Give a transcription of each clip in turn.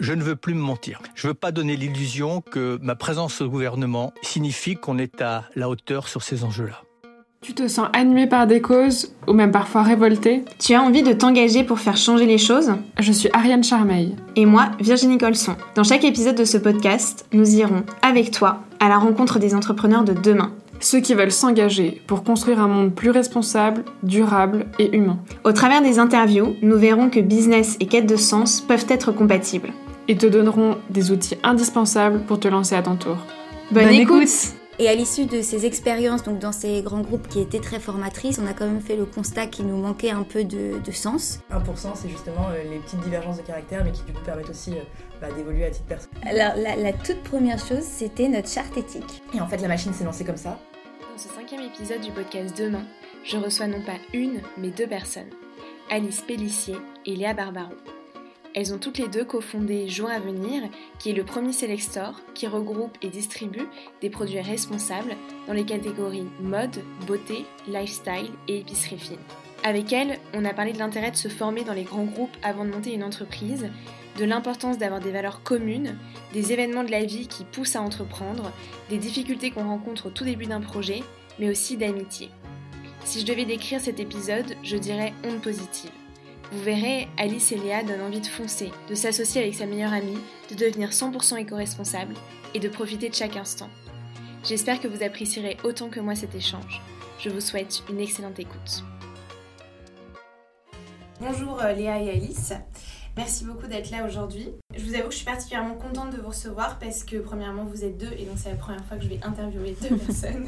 Je ne veux plus me mentir. Je ne veux pas donner l'illusion que ma présence au gouvernement signifie qu'on est à la hauteur sur ces enjeux-là. Tu te sens animé par des causes, ou même parfois révolté? Tu as envie de t'engager pour faire changer les choses? Je suis Ariane Charmeil. Et moi, Virginie Colson. Dans chaque épisode de ce podcast, nous irons, avec toi, à la rencontre des entrepreneurs de demain. Ceux qui veulent s'engager pour construire un monde plus responsable, durable et humain. Au travers des interviews, nous verrons que business et quête de sens peuvent être compatibles. Et te donneront des outils indispensables pour te lancer à ton tour. Bonne écoute. Et à l'issue de ces expériences, donc dans ces grands groupes qui étaient très formatrices, on a quand même fait le constat qu'il nous manquait un peu de sens. 1%, c'est justement les petites divergences de caractère, mais qui du coup permettent aussi d'évoluer à titre personnel. Alors la toute première chose, c'était notre charte éthique. Et en fait, la machine s'est lancée comme ça. Dans ce 5e épisode du podcast Demain, je reçois non pas une, mais deux personnes, Alice Pélissier et Léa Barbaro. Elles ont toutes les deux cofondé Joint à venir, qui est le premier Select Store qui regroupe et distribue des produits responsables dans les catégories mode, beauté, lifestyle et épicerie fine. Avec elles, on a parlé de l'intérêt de se former dans les grands groupes avant de monter une entreprise, de l'importance d'avoir des valeurs communes, des événements de la vie qui poussent à entreprendre, des difficultés qu'on rencontre au tout début d'un projet, mais aussi d'amitié. Si je devais décrire cet épisode, je dirais onde positive. Vous verrez, Alice et Léa donnent envie de foncer, de s'associer avec sa meilleure amie, de devenir 100% éco-responsable et de profiter de chaque instant. J'espère que vous apprécierez autant que moi cet échange. Je vous souhaite une excellente écoute. Bonjour Léa et Alice. Merci beaucoup d'être là aujourd'hui. Je vous avoue que je suis particulièrement contente de vous recevoir parce que premièrement vous êtes deux et donc c'est la première fois que je vais interviewer deux personnes.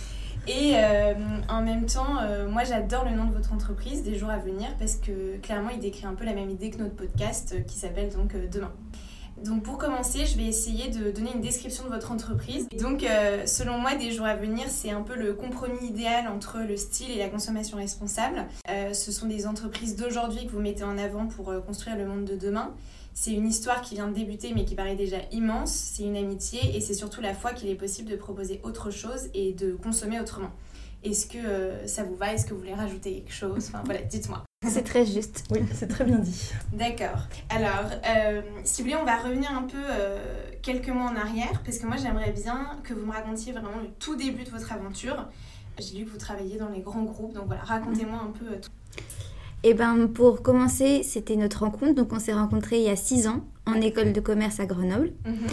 Et en même temps, moi j'adore le nom de votre entreprise, Des jours à venir, parce que clairement il décrit un peu la même idée que notre podcast qui s'appelle donc Demain. Donc pour commencer, je vais essayer de donner une description de votre entreprise. Donc selon moi, Des jours à venir, c'est un peu le compromis idéal entre le style et la consommation responsable. Ce sont des entreprises d'aujourd'hui que vous mettez en avant pour construire le monde de demain. C'est une histoire qui vient de débuter mais qui paraît déjà immense, c'est une amitié et c'est surtout la foi qu'il est possible de proposer autre chose et de consommer autrement. Est-ce que ça vous va? Est-ce que vous voulez rajouter quelque chose? Enfin voilà, dites-moi. C'est très juste. Oui, c'est très bien dit. D'accord. Alors, si vous voulez, on va revenir un peu quelques mois en arrière parce que moi j'aimerais bien que vous me racontiez vraiment le tout début de votre aventure. J'ai lu que vous travailliez dans les grands groupes, donc voilà, racontez-moi un peu tout. Et pour commencer, c'était notre rencontre. Donc on s'est rencontrés il y a 6 ans en école de commerce à Grenoble.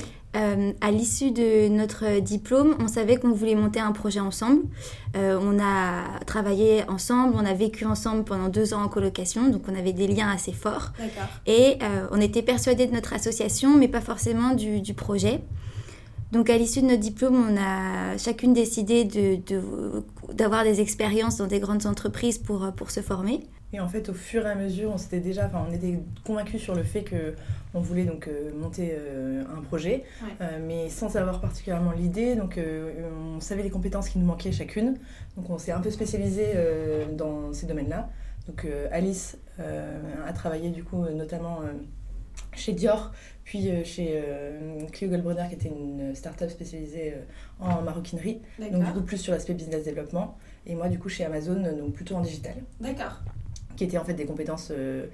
À l'issue de notre diplôme, on savait qu'on voulait monter un projet ensemble. On a travaillé ensemble, on a vécu ensemble pendant 2 ans en colocation, donc on avait des liens assez forts. D'accord. Et on était persuadés de notre association, mais pas forcément du projet. Donc à l'issue de notre diplôme, on a chacune décidé d'avoir des expériences dans des grandes entreprises pour se former. Et en fait, au fur et à mesure, on était convaincus sur le fait qu'on voulait donc monter un projet, mais sans avoir particulièrement l'idée. Donc, on savait les compétences qui nous manquaient chacune. Donc, on s'est un peu spécialisé dans ces domaines-là. Donc, Alice a travaillé du coup notamment chez Dior, puis chez Clio Goldbrunner, qui était une start-up spécialisée en maroquinerie. D'accord. Donc, du coup, plus sur l'aspect business développement. Et moi, du coup, chez Amazon, donc plutôt en digital. D'accord. Qui étaient en fait des compétences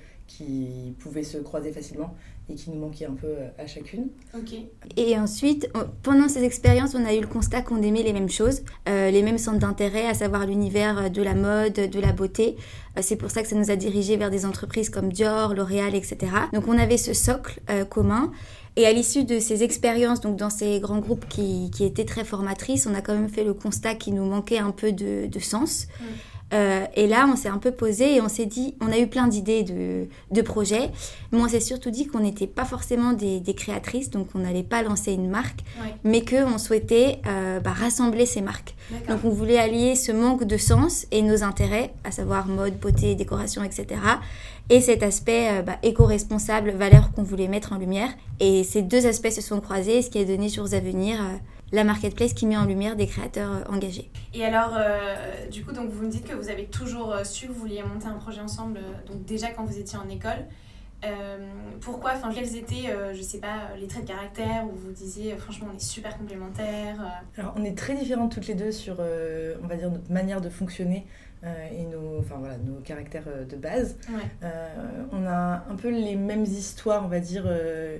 qui pouvaient se croiser facilement et qui nous manquaient un peu à chacune. Ok. Et ensuite, pendant ces expériences, on a eu le constat qu'on aimait les mêmes choses, les mêmes centres d'intérêt, à savoir l'univers de la mode, de la beauté. C'est pour ça que ça nous a dirigés vers des entreprises comme Dior, L'Oréal, etc. Donc on avait ce socle commun. Et à l'issue de ces expériences, donc dans ces grands groupes qui étaient très formatrices, on a quand même fait le constat qu'il nous manquait un peu de sens. Et là, on s'est un peu posé et on s'est dit, on a eu plein d'idées de projets, mais on s'est surtout dit qu'on n'était pas forcément des créatrices, donc on n'allait pas lancer une marque, mais qu'on souhaitait rassembler ces marques. D'accord. Donc on voulait allier ce manque de sens et nos intérêts, à savoir mode, beauté, décoration, etc. Et cet aspect éco-responsable, valeur qu'on voulait mettre en lumière. Et ces deux aspects se sont croisés, ce qui a donné Jours à venir, la marketplace qui met en lumière des créateurs engagés. Et alors, du coup, donc vous me dites que vous avez toujours su que vous vouliez monter un projet ensemble, donc déjà quand vous étiez en école. Pourquoi, quels étaient, les traits de caractère où vous disiez, franchement, on est super complémentaires Alors, on est très différentes toutes les deux sur, on va dire, notre manière de fonctionner et nos caractères de base. Ouais. On a un peu les mêmes histoires, on va dire,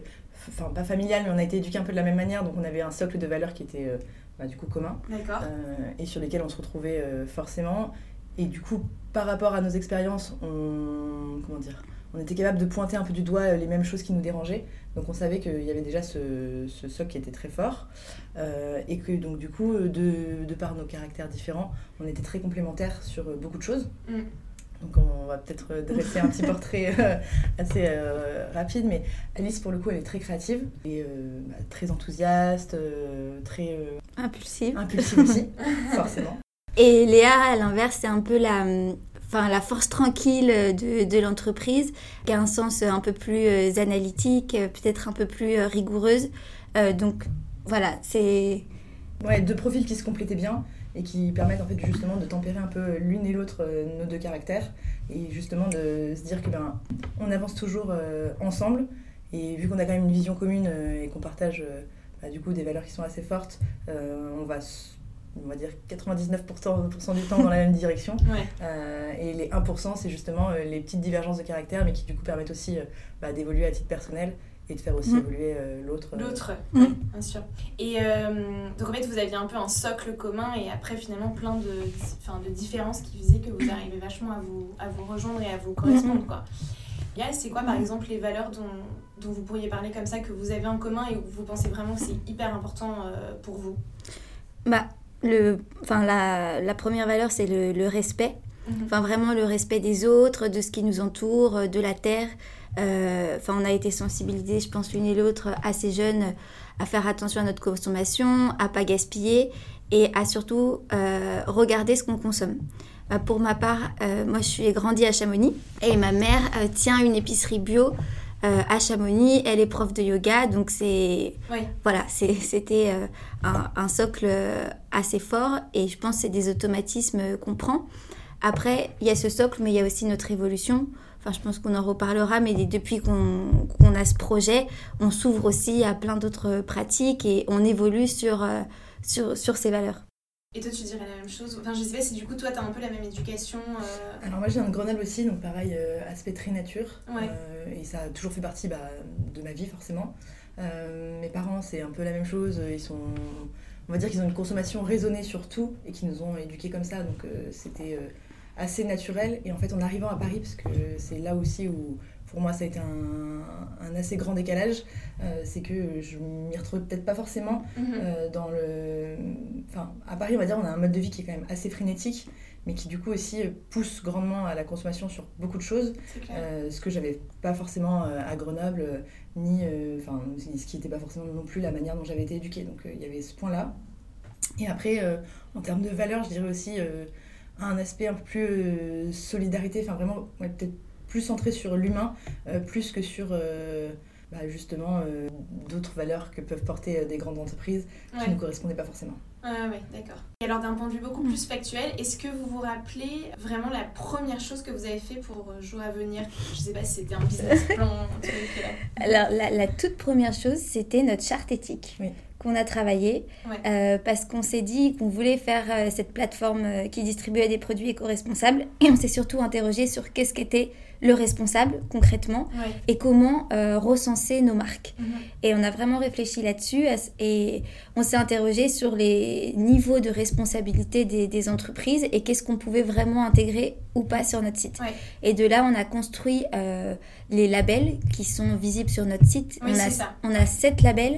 pas familial, mais on a été éduqués un peu de la même manière, donc on avait un socle de valeurs qui était du coup commun. D'accord. Et sur lesquels on se retrouvait forcément. Et du coup, par rapport à nos expériences, on était capable de pointer un peu du doigt les mêmes choses qui nous dérangeaient. Donc on savait qu'il y avait déjà ce socle qui était très fort. Et que donc du coup, de par nos caractères différents, on était très complémentaires sur beaucoup de choses. Donc on va peut-être dresser un petit portrait assez rapide, mais Alice pour le coup elle est très créative et très enthousiaste, très impulsive aussi, forcément. Et Léa à l'inverse c'est un peu la force tranquille de l'entreprise, qui a un sens un peu plus analytique, peut-être un peu plus rigoureuse. Donc voilà, c'est... Ouais, 2 profils qui se complétaient bien et qui permettent en fait justement de tempérer un peu l'une et l'autre nos 2 caractères et justement de se dire que on avance toujours ensemble et vu qu'on a quand même une vision commune et qu'on partage du coup des valeurs qui sont assez fortes, on va dire 99% du temps dans la même direction. Et les 1% c'est justement les petites divergences de caractère mais qui du coup permettent aussi d'évoluer à titre personnel et de faire aussi évoluer l'autre. Bien sûr. Et donc en fait vous aviez un peu un socle commun et après finalement plein de différences qui faisaient que vous arrivez vachement à vous rejoindre et à vous correspondre quoi. Et c'est quoi par exemple les valeurs dont vous pourriez parler comme ça que vous avez en commun et où vous pensez vraiment que c'est hyper important pour vous? La première valeur c'est le respect. Vraiment le respect des autres, de ce qui nous entoure, de la terre. On a été sensibilisés, je pense, l'une et l'autre, assez jeunes, à faire attention à notre consommation, à pas gaspiller et à surtout regarder ce qu'on consomme. Pour ma part, moi je suis grandie à Chamonix et ma mère tient une épicerie bio à Chamonix. Elle est prof de yoga, donc c'était un socle assez fort et je pense que c'est des automatismes qu'on prend. Après, il y a ce socle, mais il y a aussi notre évolution. Je pense qu'on en reparlera, mais depuis qu'on a ce projet, on s'ouvre aussi à plein d'autres pratiques et on évolue sur ces valeurs. Et toi, tu dirais la même chose? Enfin, je sais pas si du coup, toi, t'as un peu la même éducation. Alors moi, je viens de Grenoble aussi, donc pareil, aspect très nature. Et ça a toujours fait partie de ma vie, forcément. Mes parents, c'est un peu la même chose. On va dire qu'ils ont une consommation raisonnée sur tout et qui nous ont éduqués comme ça. Donc c'était assez naturel. Et en fait, en arrivant à Paris, parce que c'est là aussi où, pour moi, ça a été un assez grand décalage, c'est que je m'y retrouvais peut-être pas forcément dans le... Enfin, à Paris, on va dire, on a un mode de vie qui est quand même assez frénétique, mais qui du coup aussi pousse grandement à la consommation sur beaucoup de choses, ce que j'avais pas forcément à Grenoble, ce qui n'était pas forcément non plus la manière dont j'avais été éduquée. Donc il y avait ce point-là. Et après, en termes de valeurs, je dirais aussi un aspect un peu plus solidarité, enfin vraiment peut-être plus centré sur l'humain, plus que sur justement d'autres valeurs que peuvent porter des grandes entreprises qui ne nous correspondaient pas forcément. D'accord. Et alors d'un point de vue beaucoup plus factuel, est-ce que vous vous rappelez vraiment la première chose que vous avez fait pour Joie à venir? Je sais pas si c'était un business plan, un truc. Alors la toute première chose, c'était notre charte éthique. Qu'on a travaillé parce qu'on s'est dit qu'on voulait faire cette plateforme qui distribuait des produits éco-responsables et on s'est surtout interrogé sur qu'est-ce qu'était le responsable concrètement et comment recenser nos marques. Et on a vraiment réfléchi là-dessus et on s'est interrogé sur les niveaux de responsabilité des entreprises et qu'est-ce qu'on pouvait vraiment intégrer ou pas sur notre site. Et de là, on a construit les labels qui sont visibles sur notre site. On a 7 labels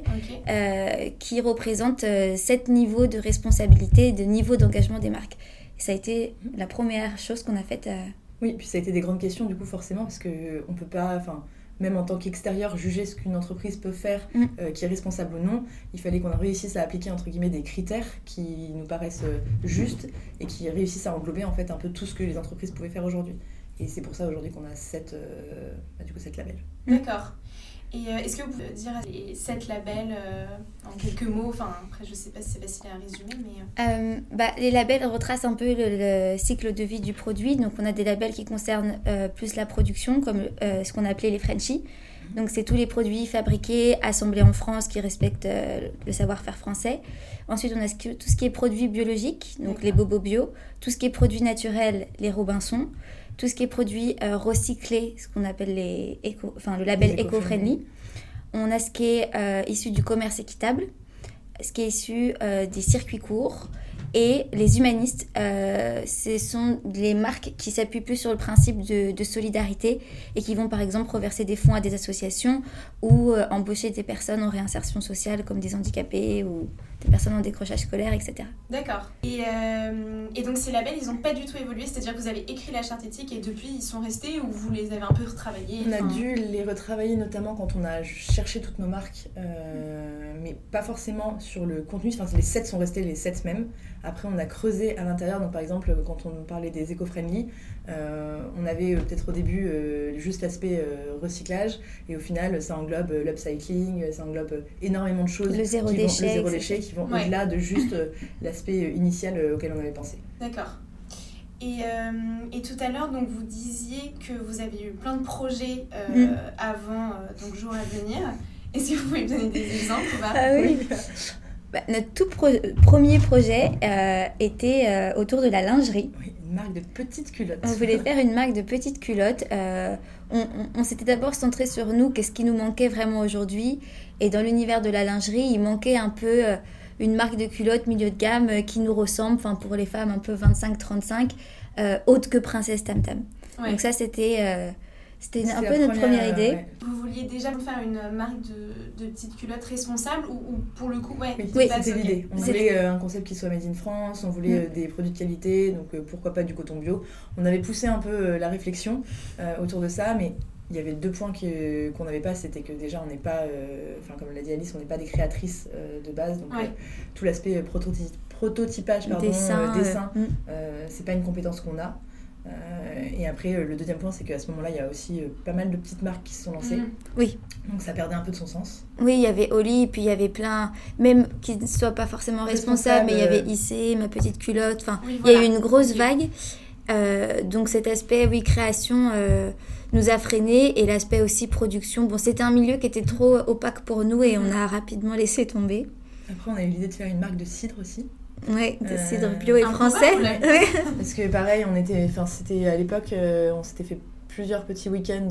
qui représentent 7 niveaux de responsabilité et de niveau d'engagement des marques. Et ça a été la première chose qu'on a faite. Oui, puis ça a été des grandes questions du coup forcément parce qu'on ne peut pas, même en tant qu'extérieur, juger ce qu'une entreprise peut faire, qui est responsable ou non. Il fallait qu'on réussisse à appliquer entre guillemets des critères qui nous paraissent justes et qui réussissent à englober en fait un peu tout ce que les entreprises pouvaient faire aujourd'hui. Et c'est pour ça aujourd'hui qu'on a 7 labels. D'accord. Et est-ce que vous pouvez dire les 7 labels en quelques mots? Après, je ne sais pas si c'est facile à résumer, mais... les labels retracent un peu le cycle de vie du produit. Donc, on a des labels qui concernent plus la production, comme ce qu'on appelait les Frenchies. Donc, c'est tous les produits fabriqués, assemblés en France, qui respectent le savoir-faire français. Ensuite, on a tout ce qui est produits biologiques, donc les Bobo Bio. Tout ce qui est produits naturels, les Robinson. Tout ce qui est produits recyclés, ce qu'on appelle le label éco-friendly. On a ce qui est issu du commerce équitable, ce qui est issu des circuits courts. Et les humanistes, ce sont les marques qui s'appuient plus sur le principe de solidarité et qui vont par exemple reverser des fonds à des associations ou embaucher des personnes en réinsertion sociale comme des handicapés ou des personnes en décrochage scolaire, etc. D'accord. Et donc ces labels, ils n'ont pas du tout évolué, c'est-à-dire que vous avez écrit la charte éthique et depuis ils sont restés ou vous les avez un peu retravaillés? On a dû les retravailler notamment quand on a cherché toutes nos marques, mais pas forcément sur le contenu. Enfin, les 7 sont restés les 7 mêmes. Après, on a creusé à l'intérieur. Donc, par exemple, quand on parlait des éco-friendly, on avait peut-être au début juste l'aspect recyclage. Et au final, ça englobe l'upcycling, ça englobe énormément de choses. Le zéro déchet, qui vont au-delà de juste l'aspect initial auquel on avait pensé. D'accord. Et tout à l'heure, donc, vous disiez que vous avez eu plein de projets avant donc, Jour à venir. Est-ce que vous pouvez me donner des exemples? Oui. Notre tout premier projet était autour de la lingerie. Oui, une marque de petites culottes. On voulait faire une marque de petites culottes. On s'était d'abord centré sur nous, qu'est-ce qui nous manquait vraiment aujourd'hui. Et dans l'univers de la lingerie, il manquait un peu une marque de culottes milieu de gamme qui nous ressemble, pour les femmes un peu 25-35, autre que Princesse Tam Tam. Ouais. Donc ça, c'était un peu notre première idée. Ouais. Vous vouliez déjà faire une marque de petites culottes responsables ou pour le coup, oui, c'était l'idée. On voulait un concept qui soit made in France, on voulait des produits de qualité, donc pourquoi pas du coton bio. On avait poussé un peu la réflexion autour de ça, mais il y avait 2 points qu'on n'avait pas, c'était que déjà on n'est pas, comme l'a dit Alice, on n'est pas des créatrices de base, donc tout l'aspect prototypage, dessin, c'est pas une compétence qu'on a. Et après, le deuxième point, c'est qu'à ce moment-là, il y a aussi pas mal de petites marques qui se sont lancées. Oui. Donc ça perdait un peu de son sens. Oui, il y avait Oli, puis il y avait plein, même qui ne soient pas forcément responsables, mais il y avait IC, ma petite culotte, il y a eu une grosse vague. Donc cet aspect, création nous a freinés, et l'aspect aussi production. Bon, c'était un milieu qui était trop opaque pour nous et on a rapidement laissé tomber. Après, on a eu l'idée de faire une marque de cidre aussi. Oui, de cidre bio et français. Parce que pareil, c'était à l'époque, on s'était fait plusieurs petits week-ends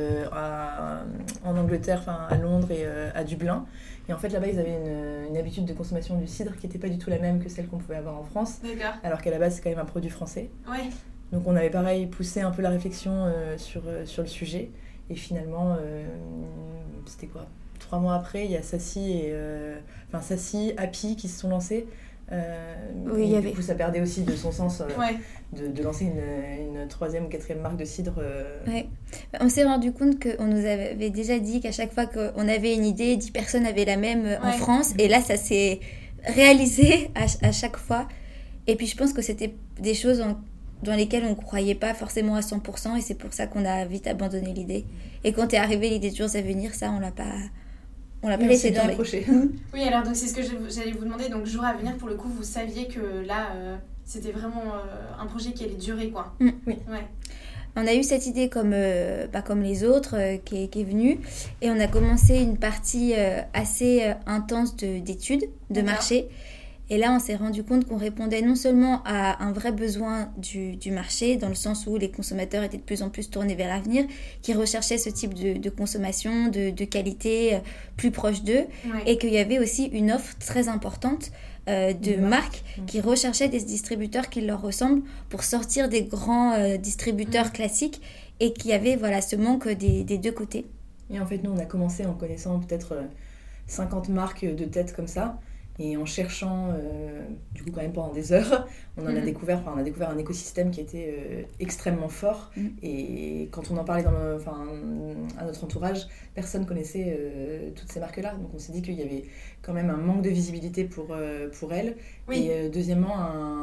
en Angleterre, à Londres et à Dublin. Et en fait, là-bas, ils avaient une habitude de consommation du cidre qui n'était pas du tout la même que celle qu'on pouvait avoir en France. D'accord. Alors qu'à la base, c'est quand même un produit français. Ouais. Donc on avait pareil poussé un peu la réflexion sur le sujet. Et finalement, c'était quoi ? 3 mois après, il y a Sassy Happy qui se sont lancés. Du coup, ça perdait aussi de son sens de lancer une 3e ou 4e marque de cidre. Ouais. On s'est rendu compte qu'on nous avait déjà dit qu'à chaque fois qu'on avait une idée, 10 personnes avaient la même en France. Et là, ça s'est réalisé à chaque fois. Et puis, je pense que c'était des choses dans lesquelles on ne croyait pas forcément à 100%. Et c'est pour ça qu'on a vite abandonné l'idée. Et quand est arrivée l'idée de Jours à venir, ça, on l'a pas laissé tomber. Oui, alors donc c'est ce que j'allais vous demander. Donc Jour à venir, pour le coup, vous saviez que là, c'était vraiment un projet qui allait durer, quoi. Oui. Ouais. On a eu cette idée comme les autres qui est venue, et on a commencé une partie assez intense d'études de marché. Et là, on s'est rendu compte qu'on répondait non seulement à un vrai besoin du marché, dans le sens où les consommateurs étaient de plus en plus tournés vers l'avenir, qui recherchaient ce type de consommation, de qualité plus proche d'eux, et qu'il y avait aussi une offre très importante de marques qui recherchaient des distributeurs qui leur ressemblent pour sortir des grands distributeurs classiques, et qui avait ce manque des 2 côtés. Et en fait, nous, on a commencé en connaissant peut-être 50 marques de tête comme ça. Et en cherchant, du coup, quand même pendant des heures, on a découvert un écosystème qui était extrêmement fort. Et quand on en parlait à notre entourage, personne ne connaissait toutes ces marques-là. Donc on s'est dit qu'il y avait quand même un manque de visibilité pour elles. Oui. Et deuxièmement,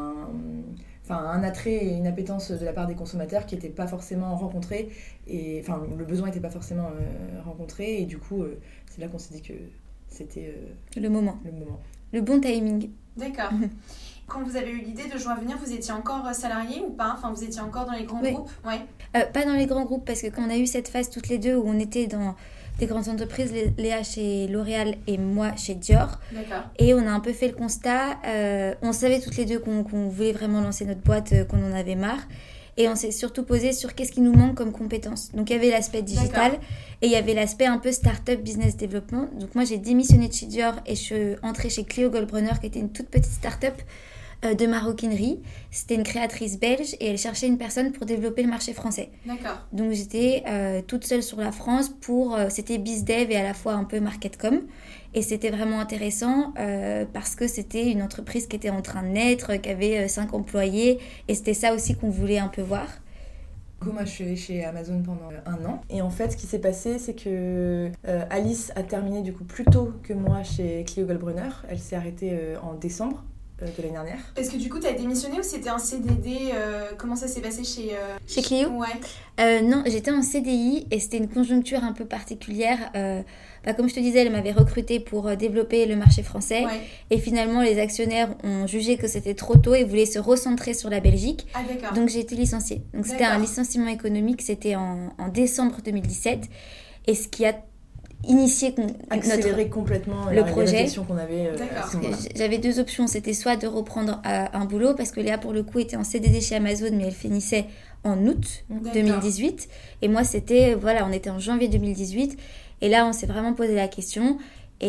un attrait et une appétence de la part des consommateurs qui n'étaient pas forcément rencontrés. Et le besoin n'était pas forcément rencontré. Et du coup, c'est là qu'on s'est dit que c'était le moment. Le bon timing. D'accord. Quand vous avez eu l'idée de Jour à venir, vous étiez encore salarié ou pas ? Vous étiez encore dans les grands groupes ? Pas dans les grands groupes, parce que quand on a eu cette phase toutes les deux où on était dans des grandes entreprises, Léa chez L'Oréal et moi chez Dior. D'accord. Et on a un peu fait le constat, on savait toutes les deux qu'on voulait vraiment lancer notre boîte, qu'on en avait marre. Et on s'est surtout posé sur qu'est-ce qui nous manque comme compétences. Donc il y avait l'aspect digital et il y avait l'aspect un peu start-up business development. Donc moi j'ai démissionné de chez Dior et je suis entrée chez Cléo Goldbrunner qui était une toute petite start-up de maroquinerie. C'était une créatrice belge et elle cherchait une personne pour développer le marché français. D'accord. Donc j'étais toute seule sur la France c'était BizDev et à la fois un peu MarketCom. Et c'était vraiment intéressant parce que c'était une entreprise qui était en train de naître, qui avait 5 employés et c'était ça aussi qu'on voulait un peu voir. Du coup, moi, je suis allée chez Amazon pendant 1 an. Et en fait, ce qui s'est passé, c'est que Alice a terminé du coup plus tôt que moi chez Cléo Goldbrunner. Elle s'est arrêtée en décembre de l'année dernière. Est-ce que du coup, tu as démissionné ou c'était un CDD Comment ça s'est passé chez Cléo ? Ouais. Non, j'étais en CDI et c'était une conjoncture un peu particulière. Comme je te disais, elle m'avait recrutée pour développer le marché français. Ouais. Et finalement, les actionnaires ont jugé que c'était trop tôt et voulaient se recentrer sur la Belgique. Ah, d'accord. Donc, j'ai été licenciée. Donc, c'était un licenciement économique. C'était en décembre 2017. Et ce qui a initié accélérer complètement le projet. La réflexion qu'on avait à ce moment-là. J'avais 2 options. C'était soit de reprendre un boulot, parce que Léa, pour le coup, était en CDD chez Amazon, mais elle finissait en août 2018. Et moi, on était en janvier 2018. Et là, on s'est vraiment posé la question.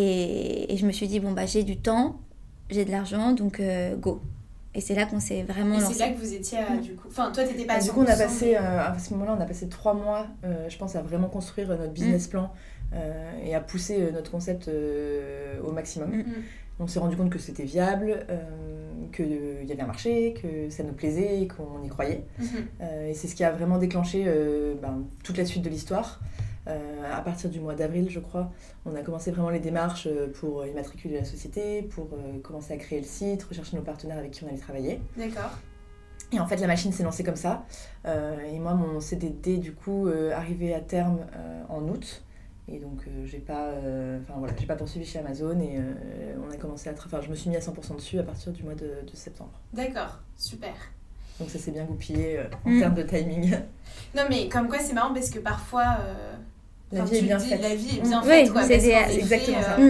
Et je me suis dit, j'ai du temps, j'ai de l'argent, donc go. Et c'est là qu'on s'est vraiment lancé. Et c'est là que vous étiez, du coup... Enfin, toi, t'étais pas à 100%. Du coup, on a passé, à ce moment-là, on a passé 3 mois, je pense, à vraiment construire notre business plan et à pousser notre concept au maximum. On s'est rendu compte que c'était viable, qu'il y avait un marché, que ça nous plaisait et qu'on y croyait. Et c'est ce qui a vraiment déclenché toute la suite de l'histoire. À partir du mois d'avril, je crois, on a commencé vraiment les démarches pour immatriculer la société, pour commencer à créer le site, rechercher nos partenaires avec qui on allait travailler. D'accord. Et en fait, la machine s'est lancée comme ça. Et moi, mon CDD, du coup, arrivait à terme en août. Et donc, j'ai pas poursuivi chez Amazon et on a commencé je me suis mis à 100% dessus à partir du mois de septembre. D'accord, super. Donc ça s'est bien goupillé en termes de timing. Non, mais comme quoi, c'est marrant parce que parfois... La vie est bien faite. La vie est bien faite, quoi. C'est exactement ça.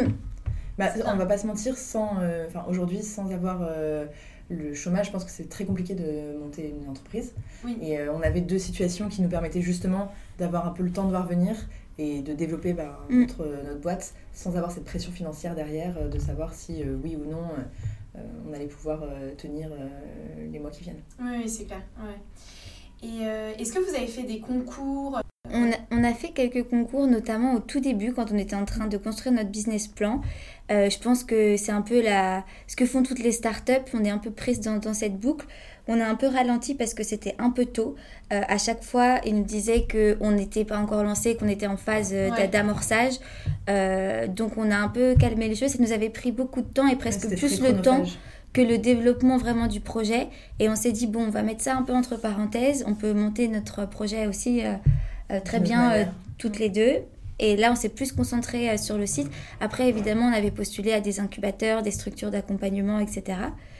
On va pas se mentir, aujourd'hui, sans avoir le chômage, je pense que c'est très compliqué de monter une entreprise. Oui. Et on avait 2 situations qui nous permettaient justement d'avoir un peu le temps de voir venir et de développer notre boîte sans avoir cette pression financière derrière, de savoir si oui ou non on allait pouvoir tenir les mois qui viennent. Oui, c'est clair. Ouais. Et est-ce que vous avez fait des concours ? On a fait quelques concours, notamment au tout début, quand on était en train de construire notre business plan. Je pense que c'est un peu ce que font toutes les startups. On est un peu prise dans cette boucle. On a un peu ralenti parce que c'était un peu tôt. À chaque fois, ils nous disaient qu'on n'était pas encore lancé, qu'on était en phase d'amorçage. Donc, on a un peu calmé les choses. Ça nous avait pris beaucoup de temps et presque plus le temps que le développement vraiment du projet. Et on s'est dit, on va mettre ça un peu entre parenthèses. On peut monter notre projet aussi très bien toutes les 2. Et là, on s'est plus concentré sur le site. Après, évidemment, on avait postulé à des incubateurs, des structures d'accompagnement, etc.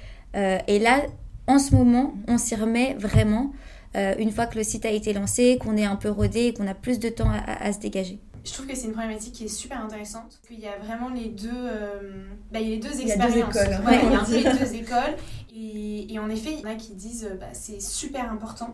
Et là, en ce moment, on s'y remet vraiment une fois que le site a été lancé, qu'on est un peu rodé et qu'on a plus de temps à se dégager. Je trouve que c'est une problématique qui est super intéressante. Parce qu'il y a vraiment les deux, il y a les 2 expériences. Il y a 2 écoles. Il y a un peu les 2 écoles. Et en effet, il y en a qui disent c'est super important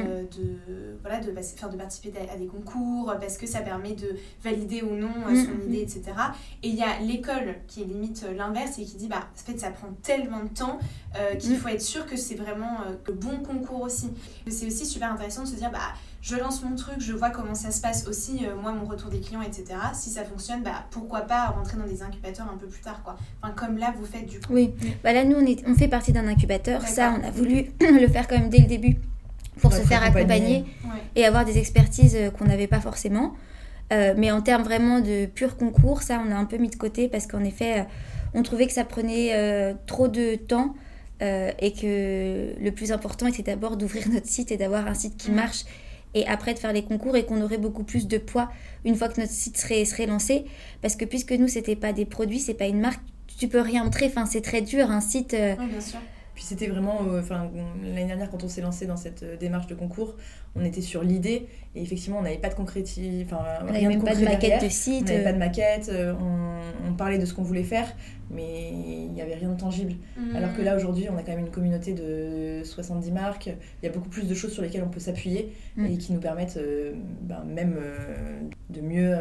de participer à des concours parce que ça permet de valider ou non son idée, etc. Et il y a l'école qui est limite l'inverse et qui dit en fait, ça prend tellement de temps qu'il faut être sûr que c'est vraiment le bon concours aussi. C'est aussi super intéressant de se dire je lance mon truc, je vois comment ça se passe aussi, moi, mon retour des clients, etc. Si ça fonctionne, pourquoi pas rentrer dans des incubateurs un peu plus tard, quoi. Enfin, comme là, vous faites du coup. Oui, là, nous, on fait partie d'un incubateur. D'accord. Ça, on a voulu le faire quand même dès le début pour se faire accompagner et avoir des expertises qu'on n'avait pas forcément. Mais en termes vraiment de pur concours, ça, on a un peu mis de côté parce qu'en effet, on trouvait que ça prenait trop de temps et que le plus important était d'abord d'ouvrir notre site et d'avoir un site qui marche. Et après de faire les concours et qu'on aurait beaucoup plus de poids une fois que notre site serait lancé. Parce que puisque nous, c'était pas des produits, c'est pas une marque, tu peux rien montrer. Enfin, c'est très dur, un site... Oui, bien sûr. Puis c'était vraiment, l'année dernière quand on s'est lancé dans cette démarche de concours, on était sur l'idée et effectivement on n'avait pas de concrétisation, on n'avait même pas de maquette de site. On n'avait pas de maquette, on parlait de ce qu'on voulait faire, mais il n'y avait rien de tangible. Alors que là aujourd'hui on a quand même une communauté de 70 marques, il y a beaucoup plus de choses sur lesquelles on peut s'appuyer et qui nous permettent même de mieux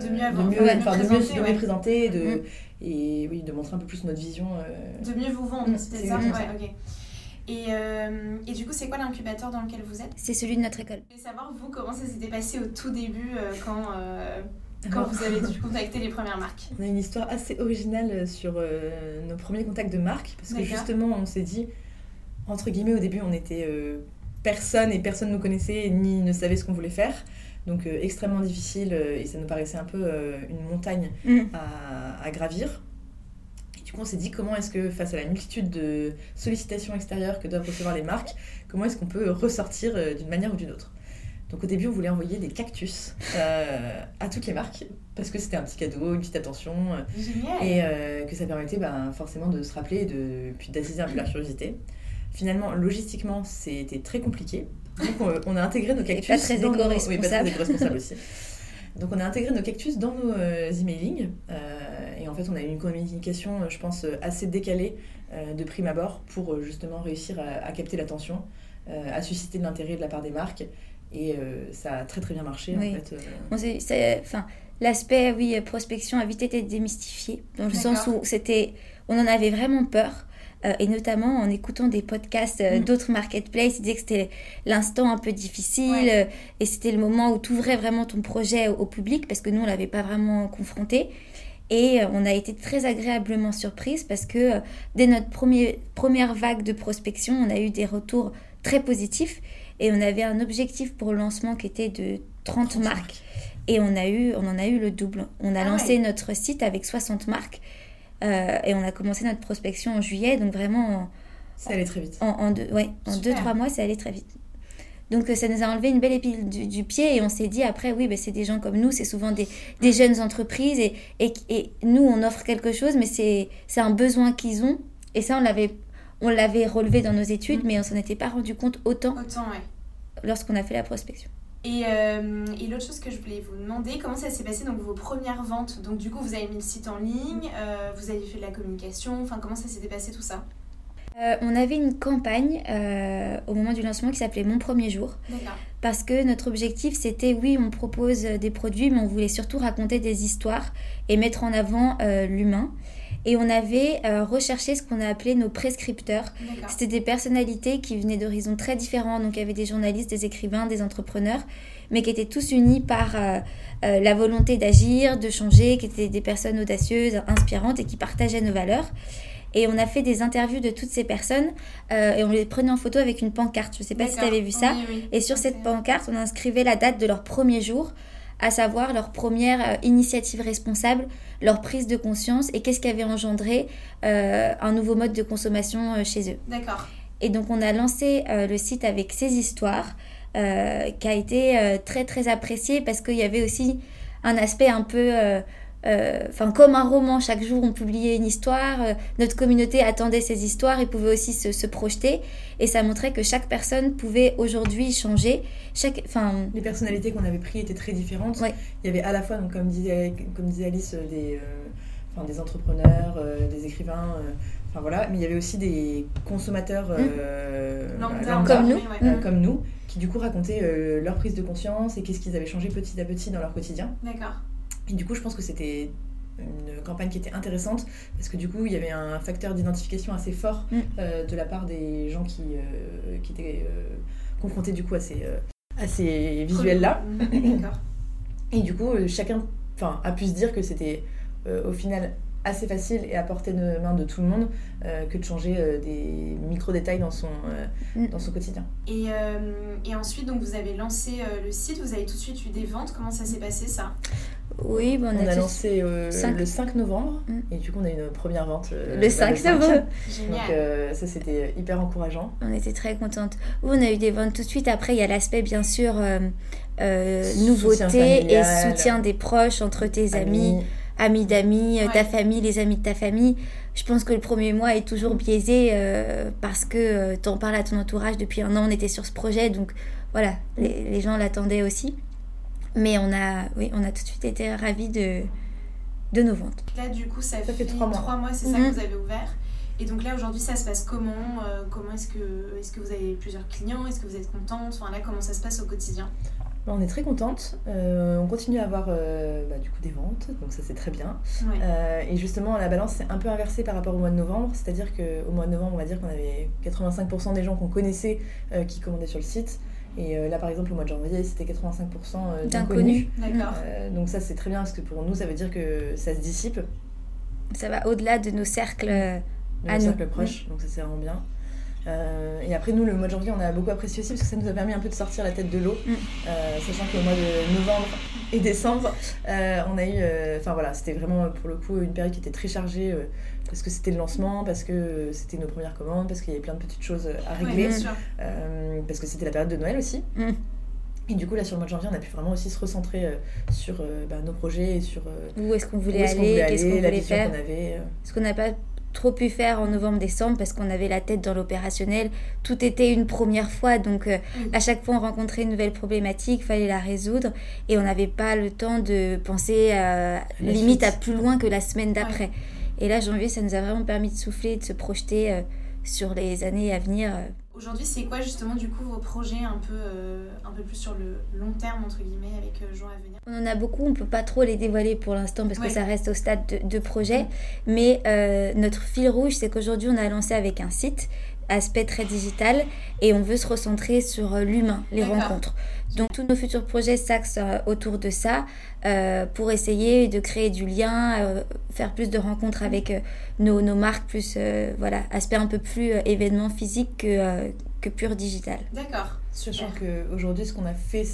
se présenter, et oui, de montrer un peu plus notre vision. De mieux vous vendre, c'est ça. Ok. Et du coup, c'est quoi l'incubateur dans lequel vous êtes ? C'est celui de notre école. Je voulais savoir, vous, comment ça s'était passé au tout début quand vous avez dû contacter les premières marques ? On a une histoire assez originale sur nos premiers contacts de marques, parce que justement, on s'est dit, entre guillemets, au début, on était personne ne nous connaissait ni ne savait ce qu'on voulait faire. Donc extrêmement difficile et ça nous paraissait un peu une montagne à gravir. Et du coup on s'est dit comment est-ce que face à la multitude de sollicitations extérieures que doivent recevoir les marques, comment est-ce qu'on peut ressortir d'une manière ou d'une autre. Donc au début on voulait envoyer des cactus à toutes les marques parce que c'était un petit cadeau, une petite attention et que ça permettait forcément de se rappeler puis d'attiser un peu la curiosité. Finalement logistiquement c'était très compliqué. Donc on a intégré nos cactus. Pas très éco-responsable. Pas très éco-responsable aussi. Donc on a intégré nos cactus dans nos emailings. Et en fait on a eu une communication, je pense, assez décalée de prime abord pour justement réussir à capter l'attention, à susciter de l'intérêt de la part des marques. Et ça a très très bien marché en fait. L'aspect prospection a vite été démystifié, dans le sens où on en avait vraiment peur. Et notamment en écoutant des podcasts d'autres marketplaces, ils disaient que c'était l'instant un peu difficile et c'était le moment où tu ouvrais vraiment ton projet au public parce que nous on l'avait pas vraiment confronté et on a été très agréablement surprise parce que dès notre première vague de prospection on a eu des retours très positifs et on avait un objectif pour le lancement qui était de 30 marques et on en a eu le double. On a lancé notre site avec 60 marques. Et on a commencé notre prospection en juillet, donc vraiment... Ça allait très vite. En 2-3 mois, ça allait très vite. Donc ça nous a enlevé une belle épine du pied et on s'est dit après, c'est des gens comme nous, c'est souvent des jeunes entreprises et nous, on offre quelque chose, mais c'est un besoin qu'ils ont. Et ça, on l'avait relevé dans nos études, mais on s'en était pas rendu compte autant lorsqu'on a fait la prospection. Et l'autre chose que je voulais vous demander, comment ça s'est passé, donc vos premières ventes ? Donc du coup, vous avez mis le site en ligne, vous avez fait de la communication, enfin comment ça s'était passé tout ça ? On avait une campagne au moment du lancement qui s'appelait Mon Premier Jour. D'accord. Parce que notre objectif, c'était, on propose des produits, mais on voulait surtout raconter des histoires et mettre en avant l'humain. Et on avait recherché ce qu'on a appelé nos prescripteurs. D'accord. C'était des personnalités qui venaient d'horizons très différents. Donc il y avait des journalistes, des écrivains, des entrepreneurs, mais qui étaient tous unis par la volonté d'agir, de changer, qui étaient des personnes audacieuses, inspirantes et qui partageaient nos valeurs. Et on a fait des interviews de toutes ces personnes et on les prenait en photo avec une pancarte. Je ne sais pas si tu avais vu ça. Oui. Et sur cette pancarte, on inscrivait la date de leur premier jour, à savoir leur première initiative responsable, leur prise de conscience et qu'est-ce qui avait engendré un nouveau mode de consommation chez eux. D'accord. Et donc on a lancé le site avec ces histoires qui a été très très apprécié parce qu'il y avait aussi un aspect un peu... comme un roman, chaque jour on publiait une histoire, notre communauté attendait ces histoires et pouvait aussi se projeter et ça montrait que chaque personne pouvait aujourd'hui changer. Les personnalités qu'on avait prises étaient très différentes. Il y avait à la fois, donc, comme disait Alice, des entrepreneurs, des écrivains, mais il y avait aussi des consommateurs comme nous qui du coup racontaient leur prise de conscience et qu'est-ce qu'ils avaient changé petit à petit dans leur quotidien. D'accord. Et du coup, je pense que c'était une campagne qui était intéressante parce que du coup, il y avait un facteur d'identification assez fort de la part des gens qui étaient confrontés du coup à ces visuels-là. D'accord. Et du coup, chacun a pu se dire que c'était au final assez facile et à portée de main de tout le monde que de changer des micro-détails dans son quotidien. Et ensuite, donc, vous avez lancé le site, vous avez tout de suite eu des ventes. Comment ça s'est passé, ça ? Oui, on a lancé le 5 novembre et du coup on a eu une première vente le 5 novembre. Génial. Donc ça c'était hyper encourageant. On était très contentes. Oui, on a eu des ventes tout de suite. Après il y a l'aspect bien sûr nouveauté et soutien des proches entre tes amis. amis d'amis, ta famille, les amis de ta famille. Je pense que le premier mois est toujours biaisé parce que t'en parles à ton entourage. Depuis 1 an, on était sur ce projet, donc voilà, les gens l'attendaient aussi. Mais on a tout de suite été ravis de nos ventes. Là, du coup, ça fait 3 mois. 3 mois, c'est ça que vous avez ouvert. Et donc là, aujourd'hui, ça se passe comment est-ce que vous avez plusieurs clients? Est-ce que vous êtes contente? Enfin là, comment ça se passe au quotidien? On est très contente. On continue à avoir du coup des ventes, donc ça c'est très bien. Ouais. Et justement, la balance s'est un peu inversée par rapport au mois de novembre. C'est-à-dire qu'au mois de novembre, on va dire qu'on avait 85% des gens qu'on connaissait qui commandaient sur le site. Et là, par exemple, au mois de janvier, c'était 85% d'inconnus. D'accord. Donc ça, c'est très bien, parce que pour nous, ça veut dire que ça se dissipe. Ça va au-delà de nos cercles De nos cercles proches, donc ça, c'est vraiment bien. Et après, nous, le mois de janvier, on a beaucoup apprécié aussi, parce que ça nous a permis un peu de sortir la tête de l'eau. Sachant qu'au mois de novembre et décembre, on a eu... Enfin voilà, c'était vraiment, pour le coup, une période qui était très chargée, parce que c'était le lancement, parce que c'était nos premières commandes, parce qu'il y avait plein de petites choses à régler, parce que c'était la période de Noël aussi. Et du coup, là, sur le mois de janvier, on a pu vraiment aussi se recentrer sur nos projets et sur où est-ce qu'on voulait aller, qu'est-ce qu'on voulait faire. Ce qu'on n'a pas trop pu faire en novembre-décembre parce qu'on avait la tête dans l'opérationnel. Tout était une première fois, donc à chaque fois, on rencontrait une nouvelle problématique, il fallait la résoudre et on n'avait pas le temps de penser limite à plus loin que la semaine d'après. Et là, janvier, ça nous a vraiment permis de souffler, de se projeter sur les années à venir. Aujourd'hui, c'est quoi justement du coup vos projets un peu plus sur le long terme entre guillemets avec Jours à venir? On en a beaucoup, on peut pas trop les dévoiler pour l'instant parce que ça reste au stade de projet. Mais notre fil rouge, c'est qu'aujourd'hui, on a lancé avec un site, aspect très digital, et on veut se recentrer sur l'humain, les rencontres. Donc tous nos futurs projets s'axent autour de ça pour essayer de créer du lien, faire plus de rencontres avec nos marques, plus aspect un peu plus événement physique que pur digital. D'accord. Sachant qu'aujourd'hui, ce qu'on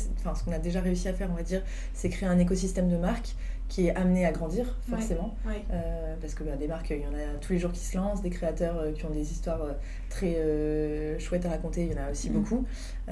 a déjà réussi à faire, on va dire, c'est créer un écosystème de marques qui est amené à grandir, forcément. Parce que des marques, il y en a tous les jours qui se lancent, des créateurs qui ont des histoires très chouettes à raconter, il y en a aussi beaucoup.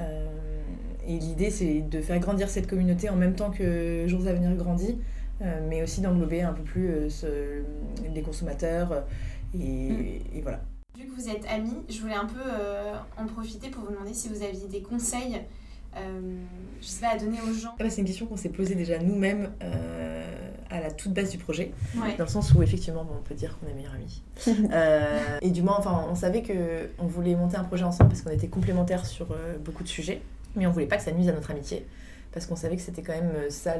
Et l'idée, c'est de faire grandir cette communauté en même temps que Jours à venir grandit, mais aussi d'englober un peu plus les consommateurs, et voilà. Vu que vous êtes amis, je voulais un peu en profiter pour vous demander si vous aviez des conseils je sais pas, à donner aux gens. C'est une question qu'on s'est posée déjà nous-mêmes à la toute base du projet, dans le sens où effectivement on peut dire qu'on est meilleurs amis. Et du moins, on savait qu'on voulait monter un projet ensemble parce qu'on était complémentaires sur beaucoup de sujets, mais on voulait pas que ça nuise à notre amitié. Parce qu'on savait que c'était quand même ça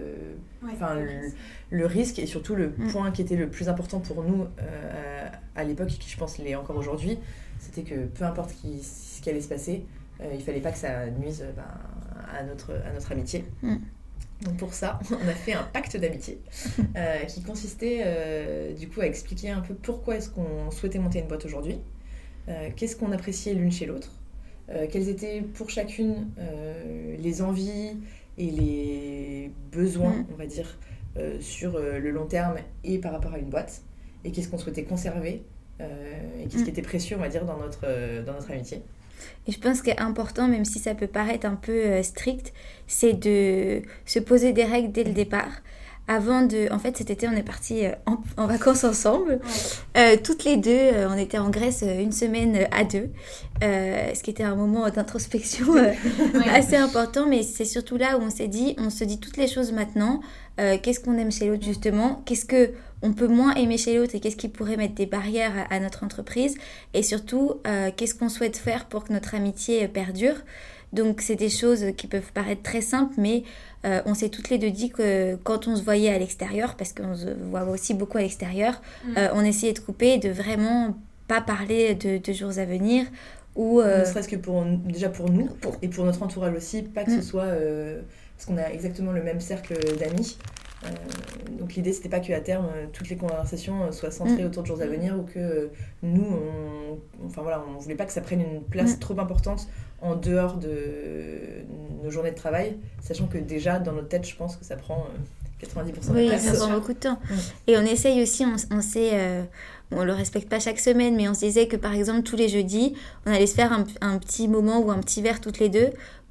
le risque, et surtout le point qui était le plus important pour nous à l'époque, et qui je pense l'est encore aujourd'hui, c'était que peu importe ce qui allait se passer, il fallait pas que ça nuise à notre amitié. Donc pour ça, on a fait un pacte d'amitié qui consistait du coup à expliquer un peu pourquoi est-ce qu'on souhaitait monter une boîte aujourd'hui, qu'est-ce qu'on appréciait l'une chez l'autre, quelles étaient pour chacune les envies et les besoins, on va dire, sur le long terme et par rapport à une boîte, et qu'est-ce qu'on souhaitait conserver et qu'est-ce qui était précieux, on va dire, dans notre amitié. Et je pense qu'il est important, même si ça peut paraître un peu strict, c'est de se poser des règles dès le départ. En fait, cet été, on est partis en vacances ensemble. Toutes les deux, on était en Grèce une semaine à deux. Ce qui était un moment d'introspection assez important. Mais c'est surtout là où on se dit toutes les choses maintenant. Qu'est-ce qu'on aime chez l'autre, justement? Qu'est-ce qu'on peut moins aimer chez l'autre? Et qu'est-ce qui pourrait mettre des barrières à notre entreprise? Et surtout, qu'est-ce qu'on souhaite faire pour que notre amitié perdure? Donc, c'est des choses qui peuvent paraître très simples, mais on s'est toutes les deux dit que quand on se voyait à l'extérieur, parce qu'on se voit aussi beaucoup à l'extérieur, on essayait de couper et de vraiment pas parler de jours à venir. Ne serait-ce que déjà pour nous, et pour notre entourage aussi, pas que ce soit... parce qu'on a exactement le même cercle d'amis. Donc l'idée, c'était pas qu'à terme, toutes les conversations soient centrées autour de Jours à venir, ou que nous, on voulait pas que ça prenne une place trop importante en dehors de nos journées de travail, sachant que déjà, dans notre tête, je pense que ça prend 90% de place. Oui, ça prend beaucoup de temps. Et on essaye aussi, on le respecte pas chaque semaine, mais on se disait que par exemple, tous les jeudis, on allait se faire un petit moment ou un petit verre toutes les deux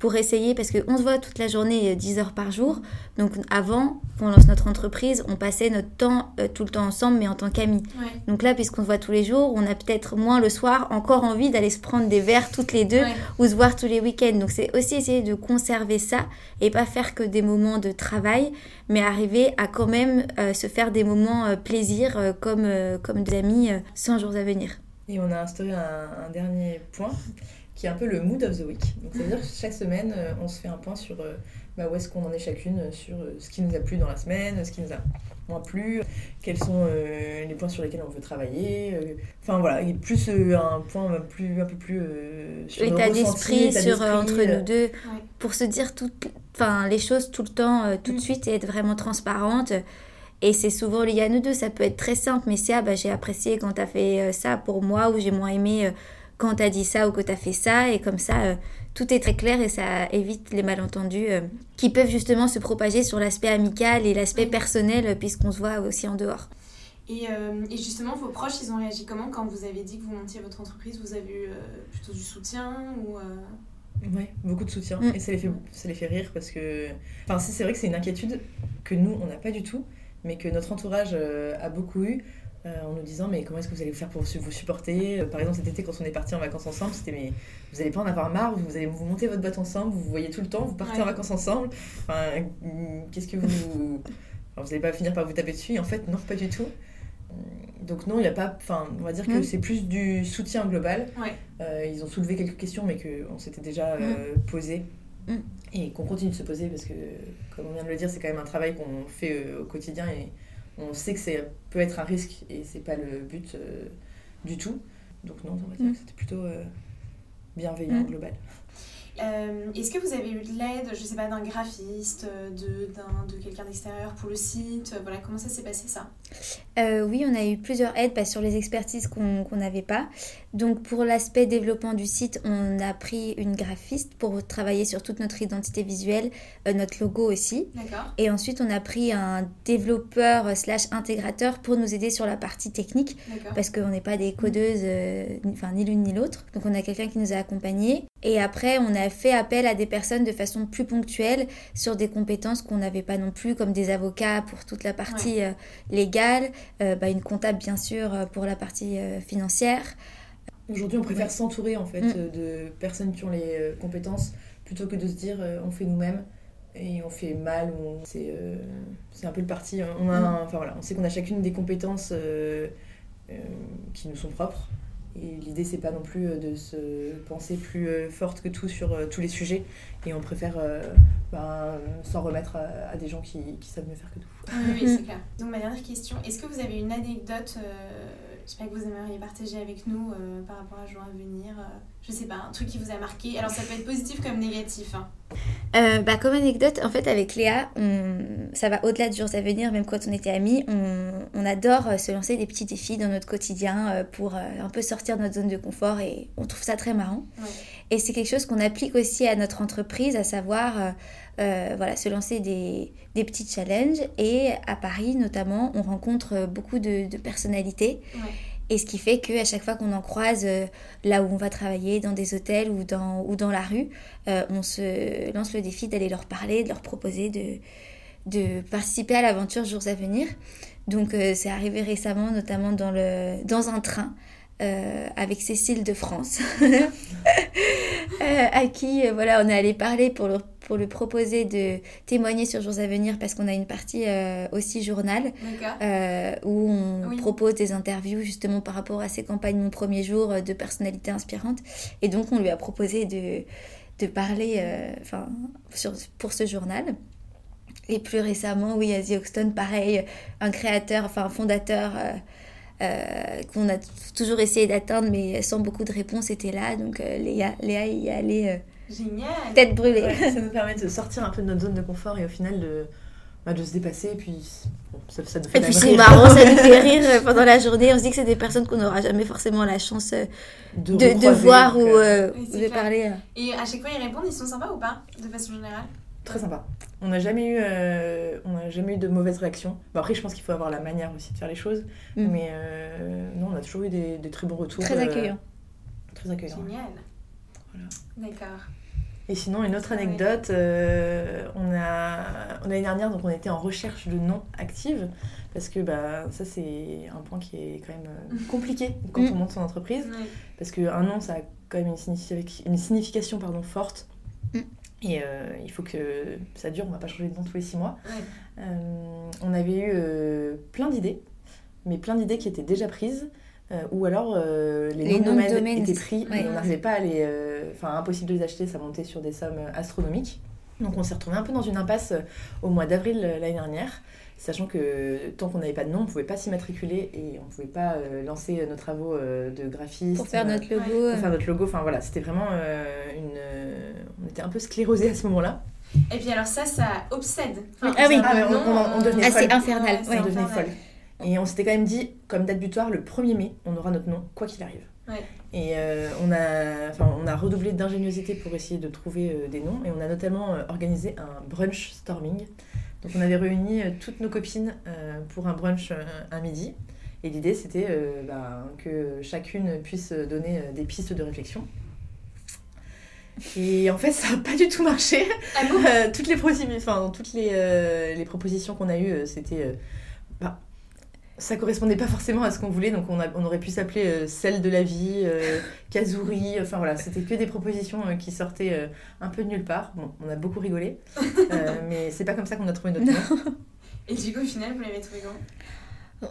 pour essayer, parce qu'on se voit toute la journée, 10 heures par jour. Donc avant qu'on lance notre entreprise, on passait notre temps tout le temps ensemble, mais en tant qu'amis. Ouais. Donc là, puisqu'on se voit tous les jours, on a peut-être moins le soir encore envie d'aller se prendre des verres toutes les deux ou se voir tous les week-ends. Donc c'est aussi essayer de conserver ça et pas faire que des moments de travail, mais arriver à quand même se faire des moments plaisir comme des amis 100 jours à venir. Et on a instauré un dernier point qui est un peu le mood of the week. Donc ça veut dire que chaque semaine, on se fait un point sur où est-ce qu'on en est chacune, sur ce qui nous a plu dans la semaine, ce qui nous a moins plu, quels sont les points sur lesquels on veut travailler. Enfin voilà, il y a plus un point un peu plus sur l'état le ressenti, d'esprit entre nous deux, pour se dire les choses tout le temps, tout de suite, et être vraiment transparente. Et c'est souvent lié à nous deux, ça peut être très simple, mais c'est j'ai apprécié quand t'as fait ça pour moi, ou j'ai moins aimé quand t'as dit ça ou que t'as fait ça, et comme ça, tout est très clair et ça évite les malentendus qui peuvent justement se propager sur l'aspect amical et l'aspect personnel, puisqu'on se voit aussi en dehors. Et justement, vos proches, ils ont réagi comment quand vous avez dit que vous montiez votre entreprise? Vous avez eu plutôt du soutien ou Oui, beaucoup de soutien. Et ça les fait rire parce que... Enfin, c'est vrai que c'est une inquiétude que nous, on n'a pas du tout, mais que notre entourage a beaucoup eu, en nous disant mais comment est-ce que vous allez faire pour vous supporter. Par exemple cet été quand on est partis en vacances ensemble, c'était mais vous allez pas en avoir marre, vous allez vous monter votre boîte ensemble, vous vous voyez tout le temps, vous partez en vacances ensemble, enfin, qu'est-ce que vous allez pas finir par vous taper dessus? Et en fait non, pas du tout. Donc non, il n'y a pas, on va dire que c'est plus du soutien global. Ils ont soulevé quelques questions mais qu'on s'était déjà posé et qu'on continue de se poser parce que comme on vient de le dire, c'est quand même un travail qu'on fait au quotidien et on sait que ça peut être un risque et c'est pas le but du tout. Donc non, on va dire que c'était plutôt bienveillant, global. Est-ce que vous avez eu de l'aide, je sais pas, d'un graphiste, de quelqu'un d'extérieur pour le site? Voilà, comment ça s'est passé ça? Oui, on a eu plusieurs aides sur les expertises qu'on n'avait pas. Donc pour l'aspect développement du site, on a pris une graphiste pour travailler sur toute notre identité visuelle, notre logo aussi. D'accord. Et ensuite on a pris un développeur / intégrateur pour nous aider sur la partie technique. D'accord. Parce qu'on n'est pas des codeuses, ni l'une ni l'autre. Donc on a quelqu'un qui nous a accompagnés. Et après, on a fait appel à des personnes de façon plus ponctuelle sur des compétences qu'on n'avait pas non plus, comme des avocats pour toute la partie légale, une comptable bien sûr pour la partie financière. Aujourd'hui, on préfère s'entourer en fait de personnes qui ont les compétences plutôt que de se dire on fait nous-mêmes et on fait mal. C'est un peu le parti. On sait qu'on a chacune des compétences qui nous sont propres. Et l'idée, c'est pas non plus de se penser plus forte que tout sur tous les sujets. Et on préfère s'en remettre à des gens qui savent mieux faire que nous. Oui, c'est clair. Donc, ma dernière question, est-ce que vous avez une anecdote que vous aimeriez partager avec nous par rapport à Jours à venir? Je sais pas, un truc qui vous a marqué. Alors, ça peut être positif comme négatif. Comme anecdote, en fait, avec Léa, ça va au-delà de Jours à venir, même quand on était amis, on adore se lancer des petits défis dans notre quotidien pour un peu sortir de notre zone de confort et on trouve ça très marrant. Ouais. Et c'est quelque chose qu'on applique aussi à notre entreprise, à savoir se lancer des petits challenges. Et à Paris, notamment, on rencontre beaucoup de personnalités. Ouais. Et ce qui fait qu'à chaque fois qu'on en croise là où on va travailler, dans des hôtels ou dans la rue, on se lance le défi d'aller leur parler, de leur proposer de participer à l'aventure Jours à venir. Donc c'est arrivé récemment, notamment dans un train avec Cécile de France, à qui on est allé parler pour lui proposer de témoigner sur Jours à venir parce qu'on a une partie aussi journal où on propose des interviews justement par rapport à ces campagnes Mon Premier Jour de personnalités inspirantes et donc on lui a proposé de parler pour ce journal. Et plus récemment, Ozzy Hoxton, pareil, un fondateur qu'on a toujours essayé d'atteindre mais sans beaucoup de réponses était là, donc Léa y est allée génial, tête brûlée. Ouais, ça nous permet de sortir un peu de notre zone de confort et au final de se dépasser et puis ça nous fait et puis c'est marrant, ça nous fait rire pendant la journée. On se dit que c'est des personnes qu'on n'aura jamais forcément la chance de voir ou de parler. Et à chaque fois ils répondent, ils sont sympas ou pas de façon générale? Très sympa. On n'a jamais eu de mauvaises réactions. Bon, après, je pense qu'il faut avoir la manière aussi de faire les choses. Mais non, on a toujours eu des très bons retours. Très accueillants. Très accueillants. Génial. Voilà. D'accord. Et sinon, une autre anecdote, l'année dernière, donc on était en recherche de nom active, parce que ça, c'est un point qui est quand même compliqué quand on monte son entreprise, parce qu'un nom, ça a quand même une signification forte. Et il faut que ça dure, on ne va pas changer de nom tous les 6 mois. On avait eu plein d'idées, mais plein d'idées qui étaient déjà prises, ou alors les noms de domaine étaient pris, et on n'arrivait pas à les... impossible de les acheter, ça montait sur des sommes astronomiques. Donc on s'est retrouvé un peu dans une impasse au mois d'avril l'année dernière, sachant que tant qu'on n'avait pas de nom, on ne pouvait pas s'immatriculer et on ne pouvait pas lancer nos travaux de graphiste. Pour faire notre logo. Enfin voilà, c'était vraiment on était un peu sclérosés à ce moment-là. Et puis alors ça obsède. On devenait folle. C'est infernal. On devenait folle. Et on s'était quand même dit, comme date butoir, le 1er mai, on aura notre nom, quoi qu'il arrive. Ouais. Et on a redoublé d'ingéniosité pour essayer de trouver des noms. Et on a notamment organisé un brunch storming. Donc on avait réuni toutes nos copines pour un brunch à midi. Et l'idée, c'était que chacune puisse donner des pistes de réflexion. Et en fait, ça n'a pas du tout marché. Toutes les propositions qu'on a eues, c'était... ça correspondait pas forcément à ce qu'on voulait, donc on aurait pu s'appeler Celle de la vie, Kazuri, enfin voilà, c'était que des propositions qui sortaient un peu de nulle part. Bon, on a beaucoup rigolé, mais c'est pas comme ça qu'on a trouvé notre nom. Et du coup, au final, vous l'avez trouvé comment ?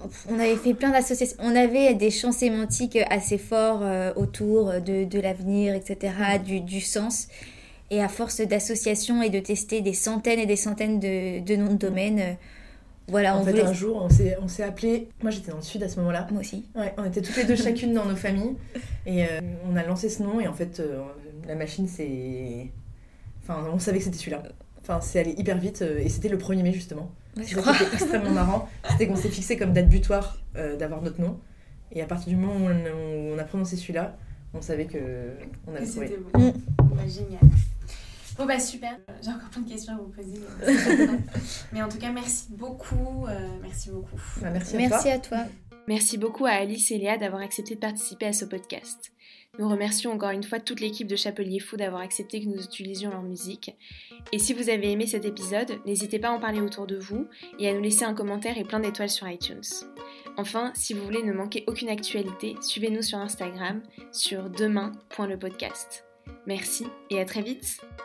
On avait fait plein d'associations, on avait des champs sémantiques assez forts autour de l'avenir, etc., du sens. Et à force d'associations et de tester des centaines et des centaines de noms de domaine... Voilà, un jour, on s'est appelé. Moi, j'étais dans le sud à ce moment-là. Moi aussi. Ouais, on était toutes les deux chacune dans nos familles. Et on a lancé ce nom. Et en fait, la machine, on savait que c'était celui-là. C'est allé hyper vite. Et c'était le 1er mai, justement. Ouais, C'était extrêmement marrant. C'était qu'on s'est fixé comme date butoir d'avoir notre nom. Et à partir du moment où on a prononcé celui-là, on savait qu'on avait trouvé. C'était bon. Génial. Bon super, j'ai encore plein de questions à vous poser. Mais en tout cas, merci beaucoup. Merci à toi. Merci beaucoup à Alice et Léa d'avoir accepté de participer à ce podcast. Nous remercions encore une fois toute l'équipe de Chapelier Fou d'avoir accepté que nous utilisions leur musique. Et si vous avez aimé cet épisode, n'hésitez pas à en parler autour de vous et à nous laisser un commentaire et plein d'étoiles sur iTunes. Enfin, si vous voulez ne manquer aucune actualité, suivez-nous sur Instagram sur demain.lepodcast. Merci et à très vite.